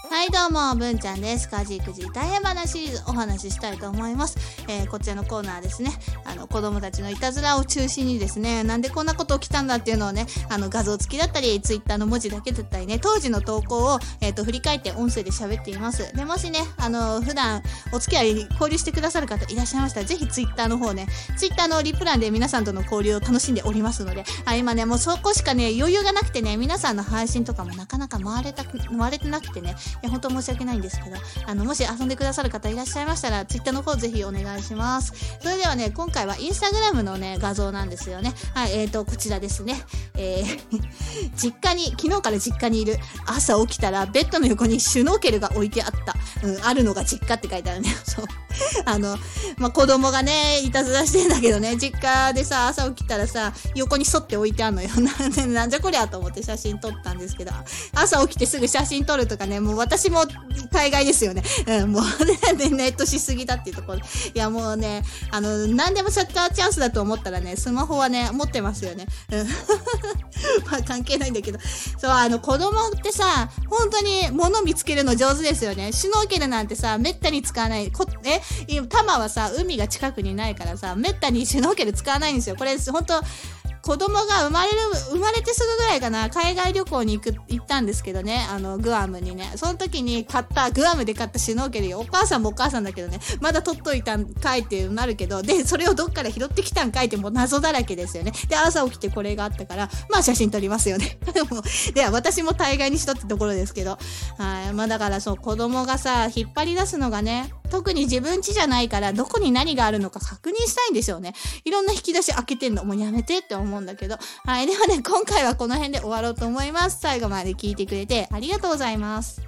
はいどうも、文ちゃんです。家事育児大変話シリーズお話ししたいと思います。こちらのコーナーですね、子供たちのいたずらを中心にですね、なんでこんなこと起きたんだっていうのをね、画像付きだったり、ツイッターの文字だけだったりね、当時の投稿を、振り返って音声で喋っています。で、もしね、普段お付き合い交流してくださる方いらっしゃいましたら、ぜひツイッターの方ね、ツイッターのリプランで皆さんとの交流を楽しんでおりますので、今ね、もうそこしかね、余裕がなくてね、皆さんの配信とかもなかなか回れてなくてね、本当申し訳ないんですけど、もし遊んでくださる方いらっしゃいましたら、ツイッターの方ぜひお願いします。それではね、今回はインスタグラムのね、画像なんですよね。はい、こちらですね。昨日から実家にいる。朝起きたら、ベッドの横にシュノーケルが置いてあった。あるのが実家って書いてあるね。そう。子供がね、いたずらしてんだけどね、実家でさ、朝起きたらさ、横に沿って置いてあんのよ。なんじゃこりゃと思って写真撮ったんですけど、朝起きてすぐ写真撮るとかね、もう私も大概ですよね。もうね、ネットしすぎだっていうところ。いや、もうね、何でもシャッターチャンスだと思ったらね、スマホはね、持ってますよね。まあ、関係ないんだけど。そう、子供ってさ、本当に物見つけるの上手ですよね。シュノーケルなんてさ、めったに使わない。タマはさ、海が近くにないからさ、めったにシュノーケル使わないんですよ。これ、本当子供が生まれてすぐぐらいかな、海外旅行に行ったんですけどね、グアムにね。その時にグアムで買ったシュノーケルよ。お母さんもお母さんだけどね、まだ取っといたんかいってなるけど、で、それをどっから拾ってきたんかいってもう謎だらけですよね。で、朝起きてこれがあったから、まあ写真撮りますよね。で、私も大概にしとってところですけど。はい。まあだからそう、子供がさ、引っ張り出すのがね、特に自分家じゃないから、どこに何があるのか確認したいんでしょうね。いろんな引き出し開けてんの、もうやめてって思うんだけど。はい。ではね、今回はこの辺で終わろうと思います。最後まで聞いてくれてありがとうございます。